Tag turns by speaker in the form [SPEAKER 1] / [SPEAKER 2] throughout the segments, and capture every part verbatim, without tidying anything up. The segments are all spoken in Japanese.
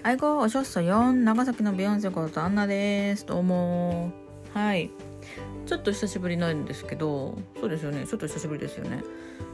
[SPEAKER 1] アイゴおしょっそよん長崎のビヨンセことアンナです。どうも。はい。ちょっと久しぶりなんですけど、そうですよね。ちょっと久しぶりですよね。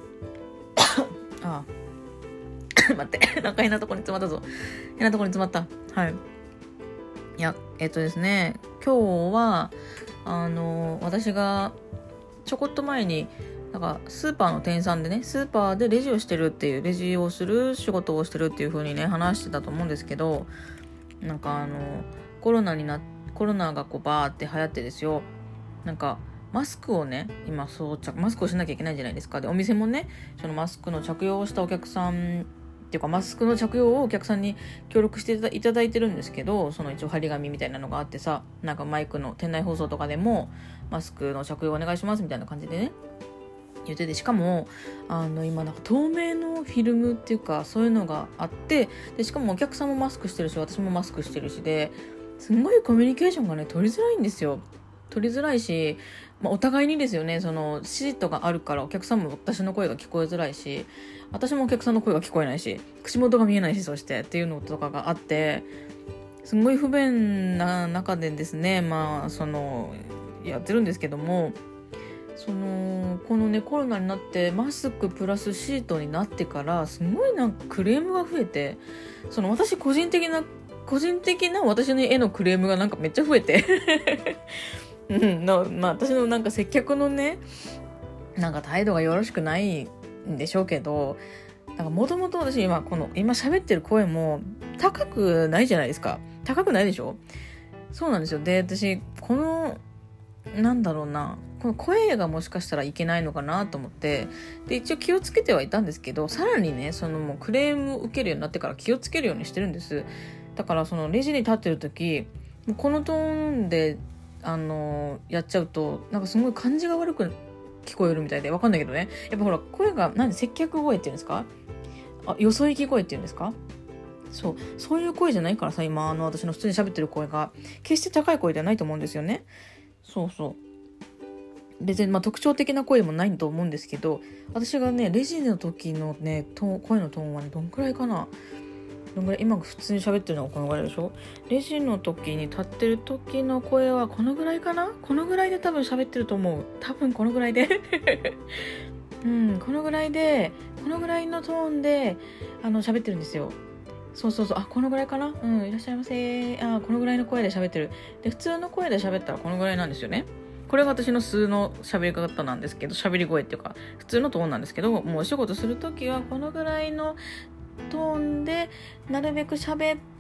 [SPEAKER 1] ああ待って、なんか変なとこに詰まったぞ。変なとこに詰まった。はい。いや、えっとですね、今日はあの私がちょこっと前になんかスーパーの店員さんでね、スーパーでレジをしてるっていうレジをする仕事をしてるっていう風にね話してたと思うんですけど、なんかあのコロナになコロナがこうバーって流行ってですよ。なんかマスクをね今装着マスクをしなきゃいけないじゃないですか。でお店もねそのマスクの着用をしたお客さんっていうかマスクの着用をお客さんに協力していただいてるんですけど、その一応張り紙みたいなのがあってさ、なんかマイクの店内放送とかでもマスクの着用お願いしますみたいな感じでね言ってて、しかもあの今なんか透明のフィルムっていうかそういうのがあって、でしかもお客さんもマスクしてるし私もマスクしてるしですんごいコミュニケーションがね取りづらいんですよ。取りづらいし、まあ、お互いにですよね。そのシートがあるからお客さんも私の声が聞こえづらいし、私もお客さんの声が聞こえないし、口元が見えないし、そしてっていうのとかがあって、すごい不便な中でですね、まあそのやってるんですけども、そのこのねコロナになってマスクプラスシートになってからすごいなんかクレームが増えて、その私個人的な個人的な私の絵のクレームがなんかめっちゃ増えてうんの、まあ私のなんか接客のねなんか態度がよろしくないんでしょうけど、なんかもともと私今この今喋ってる声も高くないじゃないですか。高くないでしょ。そうなんですよ。で私このなんだろうな、この声がもしかしたらいけないのかなと思って、で一応気をつけてはいたんですけど、さらにねそのもうクレームを受けるようになってから気をつけるようにしてるんです。だからそのレジに立ってる時このトーンであのやっちゃうとなんかすごい感じが悪く聞こえるみたいで、わかんないけどね、やっぱほら声が何接客声っていうんですか、あよそ行き声っていうんですか、そうそういう声じゃないからさ、今あの私の普通に喋ってる声が決して高い声ではないと思うんですよね。そうそう別にまあ特徴的な声もないと思うんですけど、私がねレジの時のねト声のトーンはねどんくらいかな、どんぐらい、今普通に喋ってるのがこのぐらいでしょ。レジの時に立ってる時の声はこのぐらいかな、このぐらいで多分喋ってると思う。多分このぐらいでうんこのぐらいでこのぐらいのトーンであの喋ってるんですよ。そうそうそう、あこのぐらいかな、うんいらっしゃいませ、あこのぐらいの声で喋ってる。で普通の声で喋ったらこのぐらいなんですよね。これが私の素の喋り方なんですけど、喋り声っていうか普通のトーンなんですけど、もうお仕事するときはこのぐらいのトーンでなるべく喋って、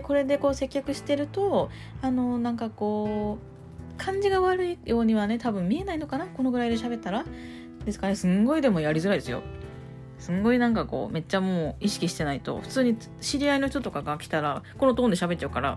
[SPEAKER 1] これでこう接客してるとあのなんかこう感じが悪いようにはね多分見えないのかな、このぐらいで喋ったらですかね。すんごいでもやりづらいですよ。すんごいなんかこうめっちゃもう意識してないと、普通に知り合いの人とかが来たらこのトーンで喋っちゃうから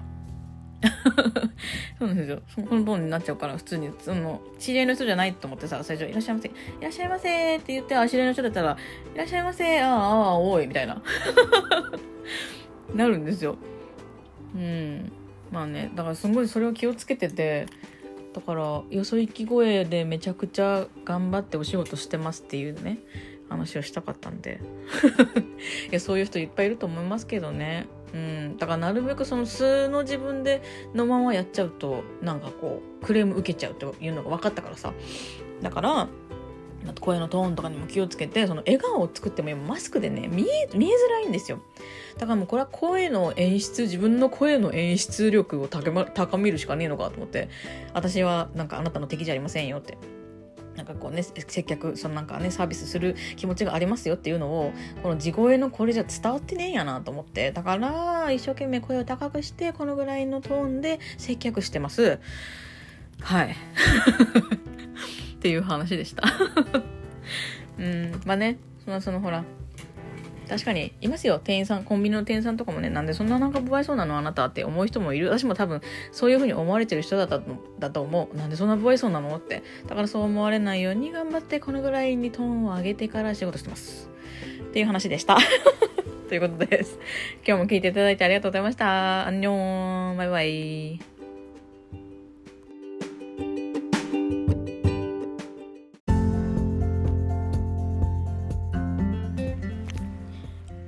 [SPEAKER 1] そうなんですよ。このトーンになっちゃうから、普通にその知り合いの人じゃないと思ってさ、最初いらっしゃいませいらっしゃいませって言って、あ知り合いの人だったらいらっしゃいませあああおいみたいななるんですよ。うんまあね、だからすごいそれを気をつけてて、だからよそ行き声でめちゃくちゃ頑張ってお仕事してますっていうね話をしたかったんでいやそういう人いっぱいいると思いますけどね。うんだからなるべくその素の自分でのままやっちゃうとなんかこうクレーム受けちゃうというのが分かったからさ、だから声のトーンとかにも気をつけて、その笑顔を作っても今マスクでね見え見えづらいんですよ。だからもうこれは声の演出、自分の声の演出力を高め、高めるしかねえのかと思って、私はなんかあなたの敵じゃありませんよって、なんかこうね接客そのなんかねサービスする気持ちがありますよっていうのをこの地声のこれじゃ伝わってねえんやなと思って、だから一生懸命声を高くしてこのぐらいのトーンで接客してます。はいっていう話でしたうんまあねそのそのほら確かにいますよ、店員さん、コンビニの店員さんとかもね、なんでそんななんか不愛想なのあなたって思う人もいる。私も多分そういう風に思われてる人だっただと思う。なんでそんな不愛想なのって。だからそう思われないように頑張ってこのぐらいにトーンを上げてから仕事してますっていう話でしたということです。今日も聞いていただいてありがとうございました。アンニョンバイバイ。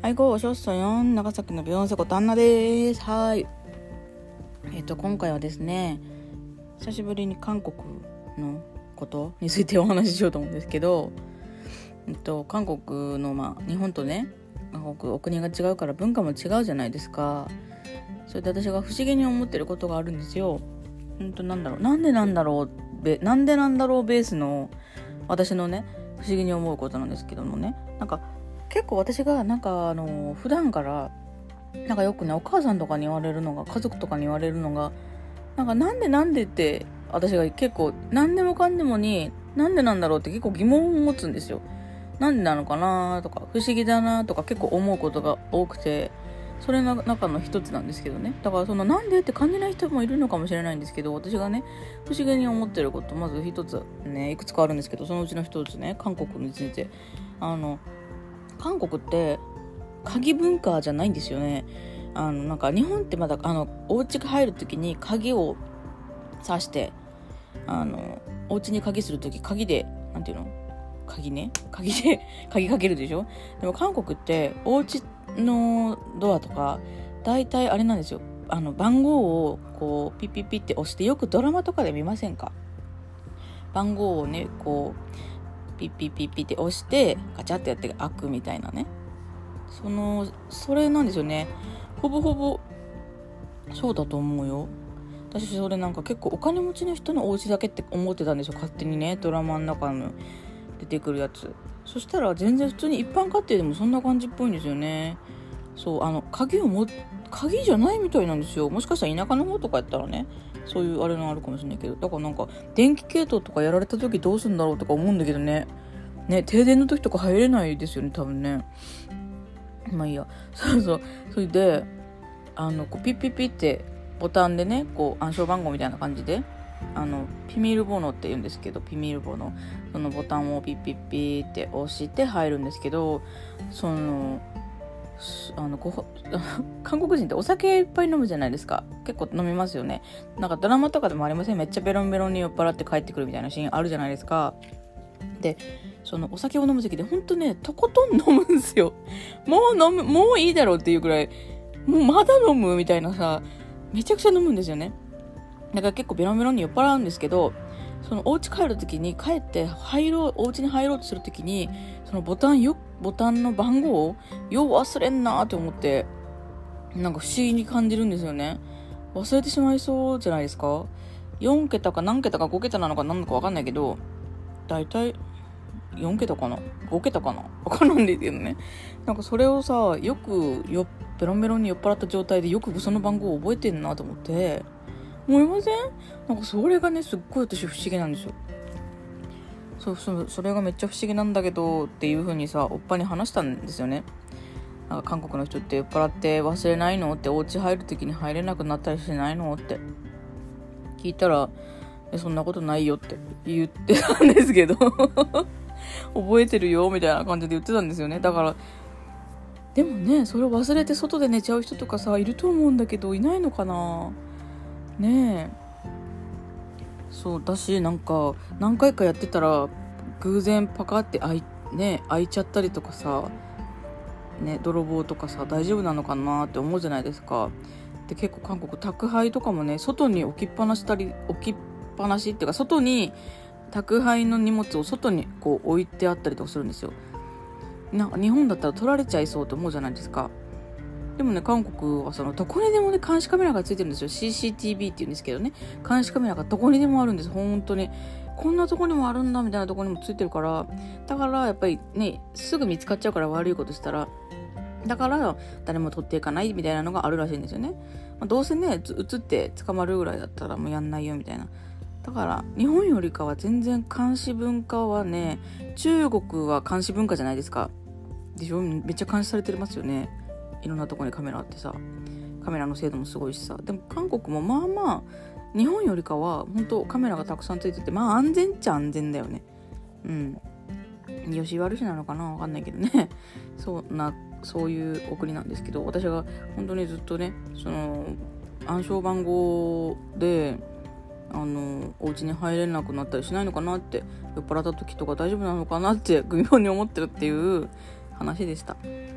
[SPEAKER 1] はい、ごおしょっそよん、長崎のビヨンセことアンナです。はい。えっと、今回はですね、久しぶりに韓国のことについてお話ししようと思うんですけど、えっと、韓国の、まあ、日本とね、お国が違うから文化も違うじゃないですか。それで私が不思議に思ってることがあるんですよ。ほんとなんだろう、なんでなんだろう、べなんでなんだろうベースの私のね、不思議に思うことなんですけどもね、なんか結構私がなんかあの普段からなんかよくねお母さんとかに言われるのが、家族とかに言われるのが、なんかなんでなんでって私が結構何でもかんでもになんでなんだろうって結構疑問を持つんですよ。なんでなのかなとか不思議だなとか結構思うことが多くて、それの中の一つなんですけどね。だからそのなんでって感じない人もいるのかもしれないんですけど、私がね不思議に思ってること、まず一つね、いくつかあるんですけど、そのうちの一つね、韓国について、あの韓国って鍵文化じゃないんですよね。あのなんか日本ってまだあのお家が入るときに鍵を刺して、あのお家に鍵するとき鍵でなんていうの鍵ね鍵で鍵かけるでしょ。でも韓国ってお家のドアとか大体あれなんですよ。あの番号をこうピッピッピッって押して、よくドラマとかで見ませんか？番号をねこうピッピッピッピッって押してガチャってやって開くみたいなね。そのそれなんですよね。ほぼほぼそうだと思うよ。私それなんか結構お金持ちの人のお家だけって思ってたんですよ、勝手にね。ドラマの中の出てくるやつ。そしたら全然普通に一般家庭でもそんな感じっぽいんですよね。そう、あの鍵をも鍵じゃないみたいなんですよ。もしかしたら田舎の方とかやったらね、そういうあれのあるかもしれないけど、だからなんか電気系統とかやられた時どうするんだろうとか思うんだけどね。ね、停電の時とか入れないですよね、多分ね。まあいいや。そうそう。それであのこうピッピッピッってボタンでね、こう暗証番号みたいな感じで、あのピミルボノって言うんですけど、ピミルボノ、そのボタンをピッピッピッって押して入るんですけど、そのあのこ韓国人ってお酒いっぱい飲むじゃないですか。結構飲みますよね。なんかドラマとかでもありません？めっちゃベロンベロンに酔っ払って帰ってくるみたいなシーンあるじゃないですか。でそのお酒を飲む席でほんとね、とことん飲むんですよ。もう飲むもういいだろうっていうくらい、もうまだ飲むみたいなさ、めちゃくちゃ飲むんですよね。だから結構ベロンベロンに酔っ払うんですけど、そのお家帰るときに、帰って入ろう、お家に入ろうとするときに、そのボタンよ、ボタンの番号をよう忘れんなーって思って、なんか不思議に感じるんですよね。忘れてしまいそうじゃないですか。よんけたか何桁かごけたなのか何のか分かんないけど、だいたいよんけたかなごけたかな分かんないんですけどね。なんかそれをさ、よくよベロンベロンに酔っ払った状態でよくその番号を覚えてんなと思って思いません？なんかそれがね、すっごい私不思議なんですよ。そうそう、それがめっちゃ不思議なんだけどっていう風にさ、おっぱに話したんですよね。なんか韓国の人って酔っ払って忘れないのって、お家入る時に入れなくなったりしないのって聞いたら、そんなことないよって言ってたんですけど覚えてるよみたいな感じで言ってたんですよね。だからでもね、それを忘れて外で寝ちゃう人とかさ、いると思うんだけど、いないのかなねえ。そうだし、なんか何回かやってたら偶然パカって開い、ね、開いちゃったりとかさ、ね、泥棒とかさ、大丈夫なのかなって思うじゃないですか。で結構韓国宅配とかもね、外に置きっぱなしたり置きっぱなしっていうか、外に宅配の荷物を外にこう置いてあったりとかするんですよ。なんか日本だったら取られちゃいそうと思うじゃないですか。でもね、韓国はそのどこにでもね、監視カメラがついてるんですよ。 シーシーティーブイ って言うんですけどね、監視カメラがどこにでもあるんです。本当にこんなとこにもあるんだみたいなとこにもついてるから、だからやっぱりね、すぐ見つかっちゃうから、悪いことしたら。だから誰も取っていかないみたいなのがあるらしいんですよね。まあ、どうせね、映って捕まるぐらいだったらもうやんないよみたいな。だから日本よりかは全然監視文化はね、中国は監視文化じゃないですか。でしょ？めっちゃ監視されてますよね。いろんなとこにカメラあってさ、カメラの精度もすごいしさ。でも韓国もまあまあ日本よりかは本当カメラがたくさんついてて、まあ安全っちゃ安全だよね。うん。よし悪しなのかな、わかんないけどね。そうなそういうお国なんですけど、私が本当にずっとね、その暗証番号であのお家に入れなくなったりしないのかなって、酔っ払った時とか大丈夫なのかなって微妙に思ってるっていう話でした。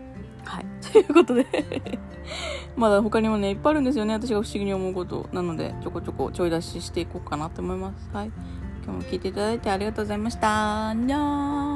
[SPEAKER 1] はいということでまだ他にもねいっぱいあるんですよね、私が不思議に思うことなので、ちょこちょこちょい出ししていこうかなと思います。はい、今日も聞いていただいてありがとうございました。にゃーん。